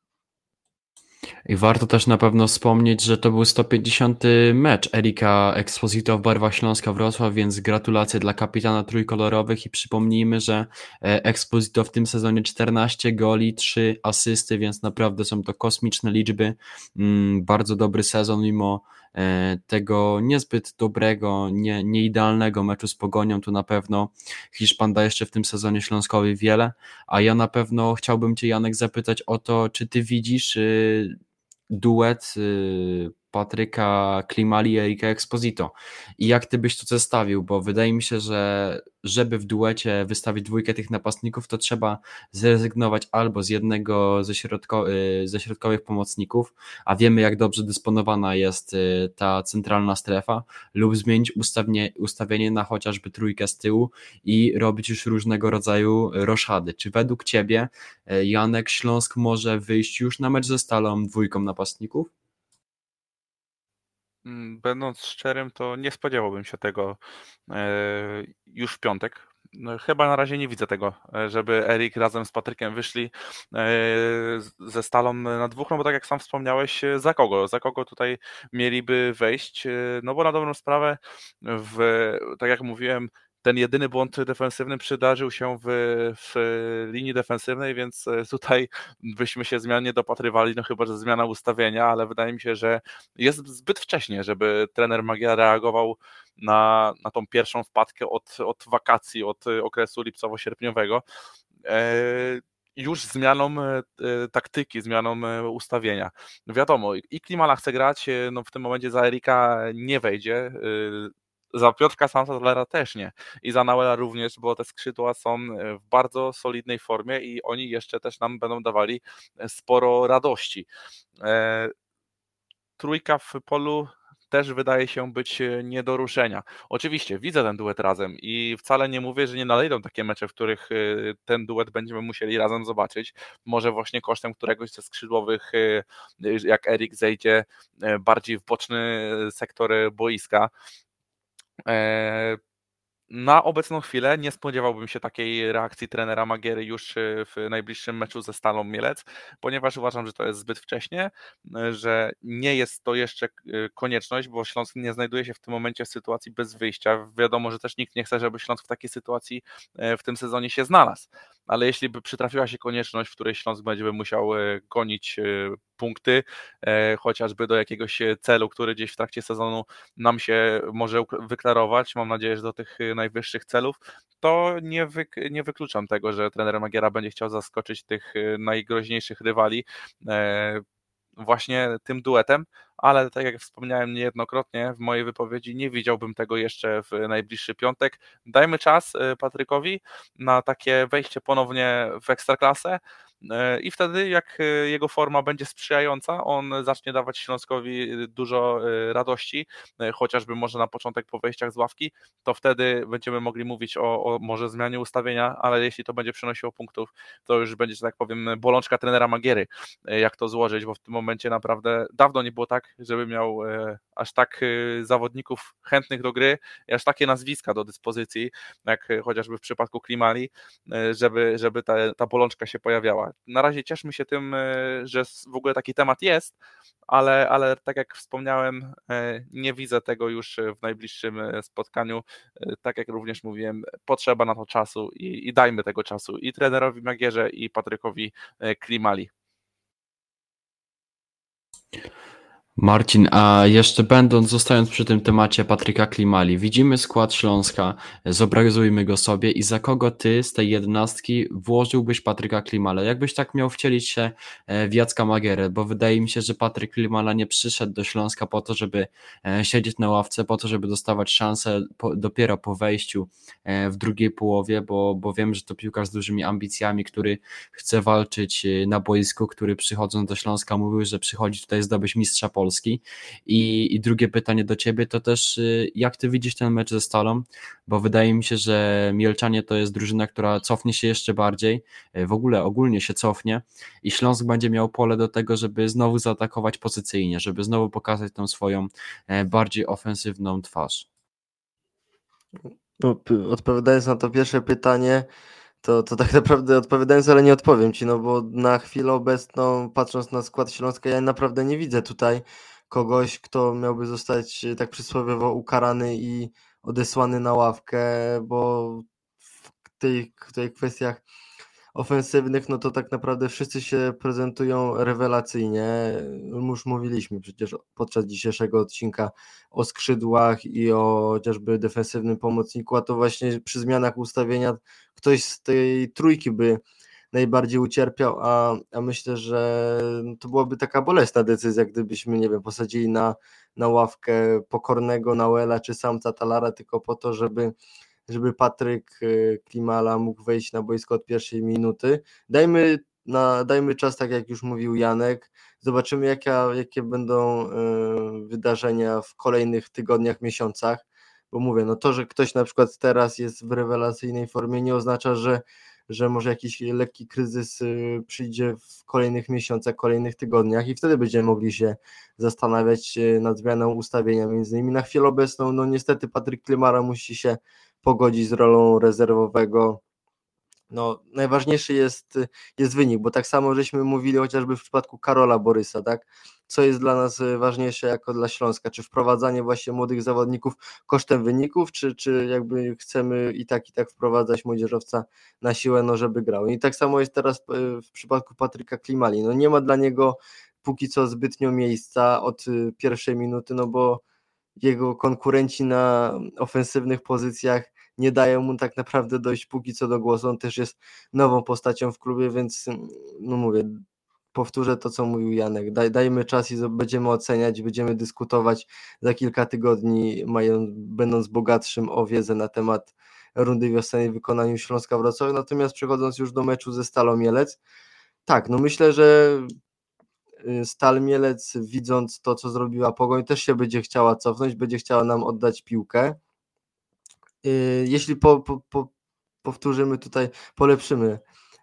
I warto też na pewno wspomnieć, że to był 150. mecz Erika Exposito w barwach Śląska Wrocław, więc gratulacje dla kapitana trójkolorowych i przypomnijmy, że Exposito w tym sezonie 14 goli, 3 asysty, więc naprawdę są to kosmiczne liczby. Bardzo dobry sezon mimo tego niezbyt dobrego, nieidealnego meczu z Pogonią, tu na pewno Hiszpan da jeszcze w tym sezonie Śląskowi wiele, a ja na pewno chciałbym Cię, Janek, zapytać o to, czy Ty widzisz duet Patryka Klimali i Erika Exposito i jak Ty byś to zestawił, bo wydaje mi się, że żeby w duecie wystawić dwójkę tych napastników, to trzeba zrezygnować albo z jednego ze środkowych pomocników, a wiemy jak dobrze dysponowana jest ta centralna strefa, lub zmienić ustawienie na chociażby trójkę z tyłu i robić już różnego rodzaju roszady. Czy według Ciebie, Janek, Śląsk może wyjść już na mecz ze Stalą dwójką napastników? Będąc szczerym, to nie spodziewałbym się tego już w piątek. No, chyba na razie nie widzę tego, żeby Erik razem z Patrykiem wyszli ze Stalą na dwóch, no bo tak jak sam wspomniałeś, za kogo tutaj mieliby wejść, no bo na dobrą sprawę, tak jak mówiłem, ten jedyny błąd defensywny przydarzył się w linii defensywnej, więc tutaj byśmy się zmian nie dopatrywali, no chyba, że zmiana ustawienia, ale wydaje mi się, że jest zbyt wcześnie, żeby trener Magia reagował na tą pierwszą wpadkę od wakacji, od okresu lipcowo-sierpniowego. Już zmianą taktyki, zmianą ustawienia. Wiadomo, i Klimala chce grać, no w tym momencie za Erika nie wejdzie, za Piotrka Santaolalla też nie i za Nauela również, bo te skrzydła są w bardzo solidnej formie i oni jeszcze też nam będą dawali sporo radości. Trójka w polu też wydaje się być nie do ruszenia. Oczywiście widzę ten duet razem i wcale nie mówię, że nie nadejdą takie mecze, w których ten duet będziemy musieli razem zobaczyć. Może właśnie kosztem któregoś ze skrzydłowych, jak Erik zejdzie bardziej w boczny sektor boiska. Na obecną chwilę nie spodziewałbym się takiej reakcji trenera Magiery już w najbliższym meczu ze Stalą Mielec, ponieważ uważam, że to jest zbyt wcześnie, że nie jest to jeszcze konieczność, bo Śląsk nie znajduje się w tym momencie w sytuacji bez wyjścia. Wiadomo, że też nikt nie chce, żeby Śląsk w takiej sytuacji w tym sezonie się znalazł, ale jeśli by przytrafiła się konieczność, w której Śląsk będzie musiał gonić punkty, chociażby do jakiegoś celu, który gdzieś w trakcie sezonu nam się może wyklarować, mam nadzieję, że do tych najwyższych celów, to nie wykluczam tego, że trener Magiera będzie chciał zaskoczyć tych najgroźniejszych rywali właśnie tym duetem, ale tak jak wspomniałem niejednokrotnie w mojej wypowiedzi, nie widziałbym tego jeszcze w najbliższy piątek. Dajmy czas Patrykowi na takie wejście ponownie w Ekstraklasę i wtedy jak jego forma będzie sprzyjająca, on zacznie dawać Śląskowi dużo radości, chociażby może na początek po wejściach z ławki, to wtedy będziemy mogli mówić o może zmianie ustawienia, ale jeśli to będzie przynosiło punktów, to już będzie, że tak powiem, bolączka trenera Magiery, jak to złożyć, bo w tym momencie naprawdę dawno nie było tak, żeby miał aż tak zawodników chętnych do gry i aż takie nazwiska do dyspozycji, jak chociażby w przypadku Klimali, żeby ta bolączka się pojawiała. Na razie cieszmy się tym, że w ogóle taki temat jest, ale tak jak wspomniałem, nie widzę tego już w najbliższym spotkaniu. Tak jak również mówiłem, potrzeba na to czasu i dajmy tego czasu i trenerowi Magierze, i Patrykowi Klimali. Marcin, a jeszcze zostając przy tym temacie Patryka Klimali, widzimy skład Śląska, zobrazujmy go sobie i za kogo ty z tej 11 włożyłbyś Patryka Klimala? Jakbyś tak miał wcielić się w Jacka Magierę, bo wydaje mi się, że Patryk Klimala nie przyszedł do Śląska po to, żeby siedzieć na ławce, po to, żeby dostawać szansę dopiero po wejściu w drugiej połowie, bo wiem, że to piłkarz z dużymi ambicjami, który chce walczyć na boisku, który przychodząc do Śląska mówił, że przychodzi tutaj zdobyć mistrza Polski. I drugie pytanie do ciebie to też, jak ty widzisz ten mecz ze Stalą, bo wydaje mi się, że Mielczanie to jest drużyna, która cofnie się jeszcze bardziej, w ogóle ogólnie się cofnie i Śląsk będzie miał pole do tego, żeby znowu zaatakować pozycyjnie, żeby znowu pokazać tą swoją bardziej ofensywną twarz. No, odpowiadając na to pierwsze pytanie, to tak naprawdę odpowiadając, ale nie odpowiem ci, no bo na chwilę obecną, patrząc na skład Śląska, ja naprawdę nie widzę tutaj kogoś, kto miałby zostać tak przysłowiowo ukarany i odesłany na ławkę, bo w tej kwestiach ofensywnych, no to tak naprawdę wszyscy się prezentują rewelacyjnie. Już mówiliśmy przecież podczas dzisiejszego odcinka o skrzydłach i o chociażby defensywnym pomocniku, a to właśnie przy zmianach ustawienia ktoś z tej trójki by najbardziej ucierpiał, a myślę, że to byłaby taka bolesna decyzja, gdybyśmy, nie wiem, posadzili na ławkę pokornego Nauela czy Samca Talara tylko po to, żeby Patryk Klimala mógł wejść na boisko od pierwszej minuty. Dajmy czas, tak jak już mówił Janek, zobaczymy jakie będą wydarzenia w kolejnych tygodniach, miesiącach, bo mówię, no to, że ktoś na przykład teraz jest w rewelacyjnej formie, nie oznacza, że może jakiś lekki kryzys przyjdzie w kolejnych miesiącach, kolejnych tygodniach i wtedy będziemy mogli się zastanawiać nad zmianą ustawienia między innymi. Na chwilę obecną, no niestety Patryk Klimala musi się pogodzić z rolą rezerwowego. No, najważniejszy jest wynik, bo tak samo żeśmy mówili chociażby w przypadku Karola Borysa, tak? Co jest dla nas ważniejsze jako dla Śląska? Czy wprowadzanie właśnie młodych zawodników kosztem wyników, czy jakby chcemy i tak wprowadzać młodzieżowca na siłę, no żeby grał? I tak samo jest teraz w przypadku Patryka Klimali. No nie ma dla niego póki co zbytnio miejsca od pierwszej minuty, no bo jego konkurenci na ofensywnych pozycjach nie dają mu tak naprawdę dojść póki co do głosu. On też jest nową postacią w klubie, więc no mówię, powtórzę to, co mówił Janek. Dajmy czas i będziemy oceniać, będziemy dyskutować za kilka tygodni, będąc bogatszym o wiedzę na temat rundy wiosennej w wykonaniu Śląska Wrocław. Natomiast przechodząc już do meczu ze Stalą Mielec, tak, no myślę, że Stal Mielec, widząc to, co zrobiła Pogoń, też się będzie chciała cofnąć, będzie chciała nam oddać piłkę. Jeśli powtórzymy tutaj, polepszymy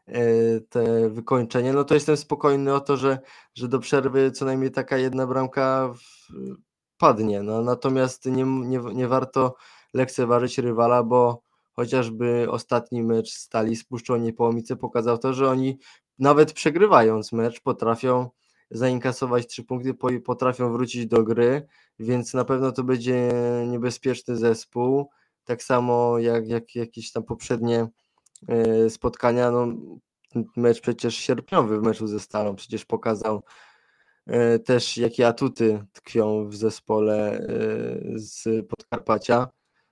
te wykończenie, no to jestem spokojny o to, że do przerwy co najmniej taka jedna bramka padnie. No, natomiast nie warto lekceważyć rywala, bo chociażby ostatni mecz Stali z Puszczą Niepołomice pokazał to, że oni nawet przegrywając mecz potrafią zainkasować 3 punkty, potrafią wrócić do gry, więc na pewno to będzie niebezpieczny zespół. Tak samo jak jakieś tam poprzednie spotkania, no mecz przecież sierpniowy w meczu ze Stalą przecież pokazał też jakie atuty tkwią w zespole z Podkarpacia.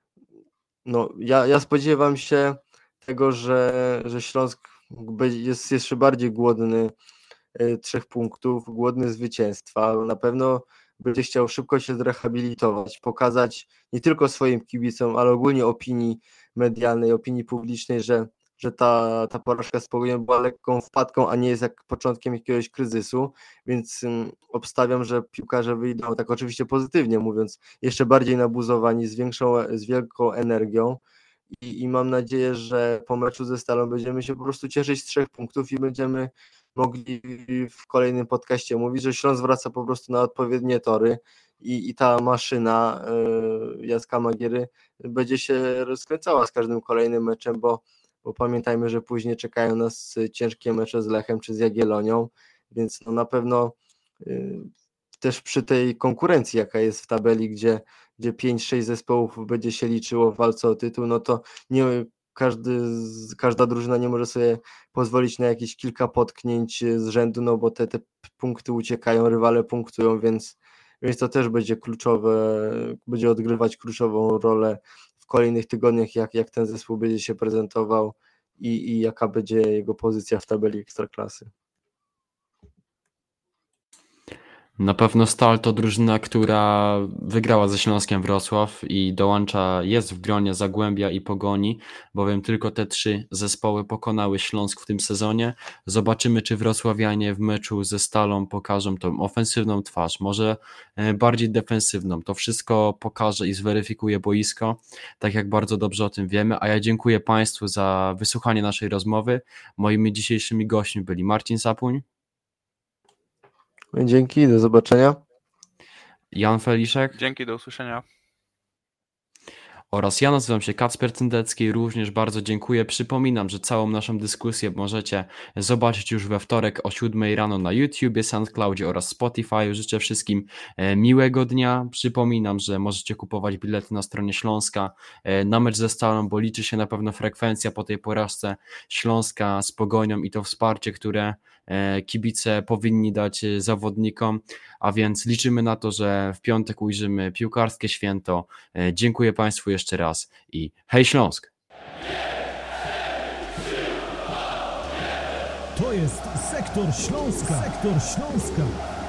No ja spodziewam się tego, że Śląsk jest jeszcze bardziej głodny 3 punktów, głodny zwycięstwa. Na pewno będzie chciał szybko się zrehabilitować, pokazać nie tylko swoim kibicom, ale ogólnie opinii medialnej, opinii publicznej, że ta porażka z Pogonią była lekką wpadką, a nie jest jak początkiem jakiegoś kryzysu, więc obstawiam, że piłkarze wyjdą, tak oczywiście pozytywnie mówiąc, jeszcze bardziej nabuzowani, z wielką energią i mam nadzieję, że po meczu ze Stalą będziemy się po prostu cieszyć z 3 punktów i będziemy mogli w kolejnym podcaście mówić, że Śląsk wraca po prostu na odpowiednie tory i ta maszyna Jacka Magiery będzie się rozkręcała z każdym kolejnym meczem, bo pamiętajmy, że później czekają nas ciężkie mecze z Lechem czy z Jagiellonią, więc no na pewno też przy tej konkurencji, jaka jest w tabeli, gdzie 5-6 zespołów będzie się liczyło w walce o tytuł, no to nie każda drużyna nie może sobie pozwolić na jakieś kilka potknięć z rzędu, no bo te punkty uciekają, rywale punktują, więc więc to też będzie kluczowe, będzie odgrywać kluczową rolę w kolejnych tygodniach, jak ten zespół będzie się prezentował i jaka będzie jego pozycja w tabeli Ekstraklasy. Na pewno Stal to drużyna, która wygrała ze Śląskiem Wrocław i jest w gronie Zagłębia i Pogoni, bowiem tylko te 3 zespoły pokonały Śląsk w tym sezonie. Zobaczymy, czy wrocławianie w meczu ze Stalą pokażą tą ofensywną twarz, może bardziej defensywną. To wszystko pokaże i zweryfikuje boisko, tak jak bardzo dobrze o tym wiemy, a ja dziękuję Państwu za wysłuchanie naszej rozmowy. Moimi dzisiejszymi gośćmi byli Marcin Sapuń, Dzięki, do zobaczenia. Jan Feliszek. Dzięki, do usłyszenia. Oraz ja nazywam się Kacper Cyndecki, również bardzo dziękuję. Przypominam, że całą naszą dyskusję możecie zobaczyć już we wtorek o 7 rano na YouTubie, SoundCloudzie oraz Spotify. Życzę wszystkim miłego dnia. Przypominam, że możecie kupować bilety na stronie Śląska na mecz ze Stalą, bo liczy się na pewno frekwencja po tej porażce Śląska z Pogonią i to wsparcie, które kibice powinni dać zawodnikom, a więc liczymy na to, że w piątek ujrzymy piłkarskie święto. Dziękuję Państwu jeszcze raz i hej Śląsk! To jest Sektor Śląska. Sektor Śląska.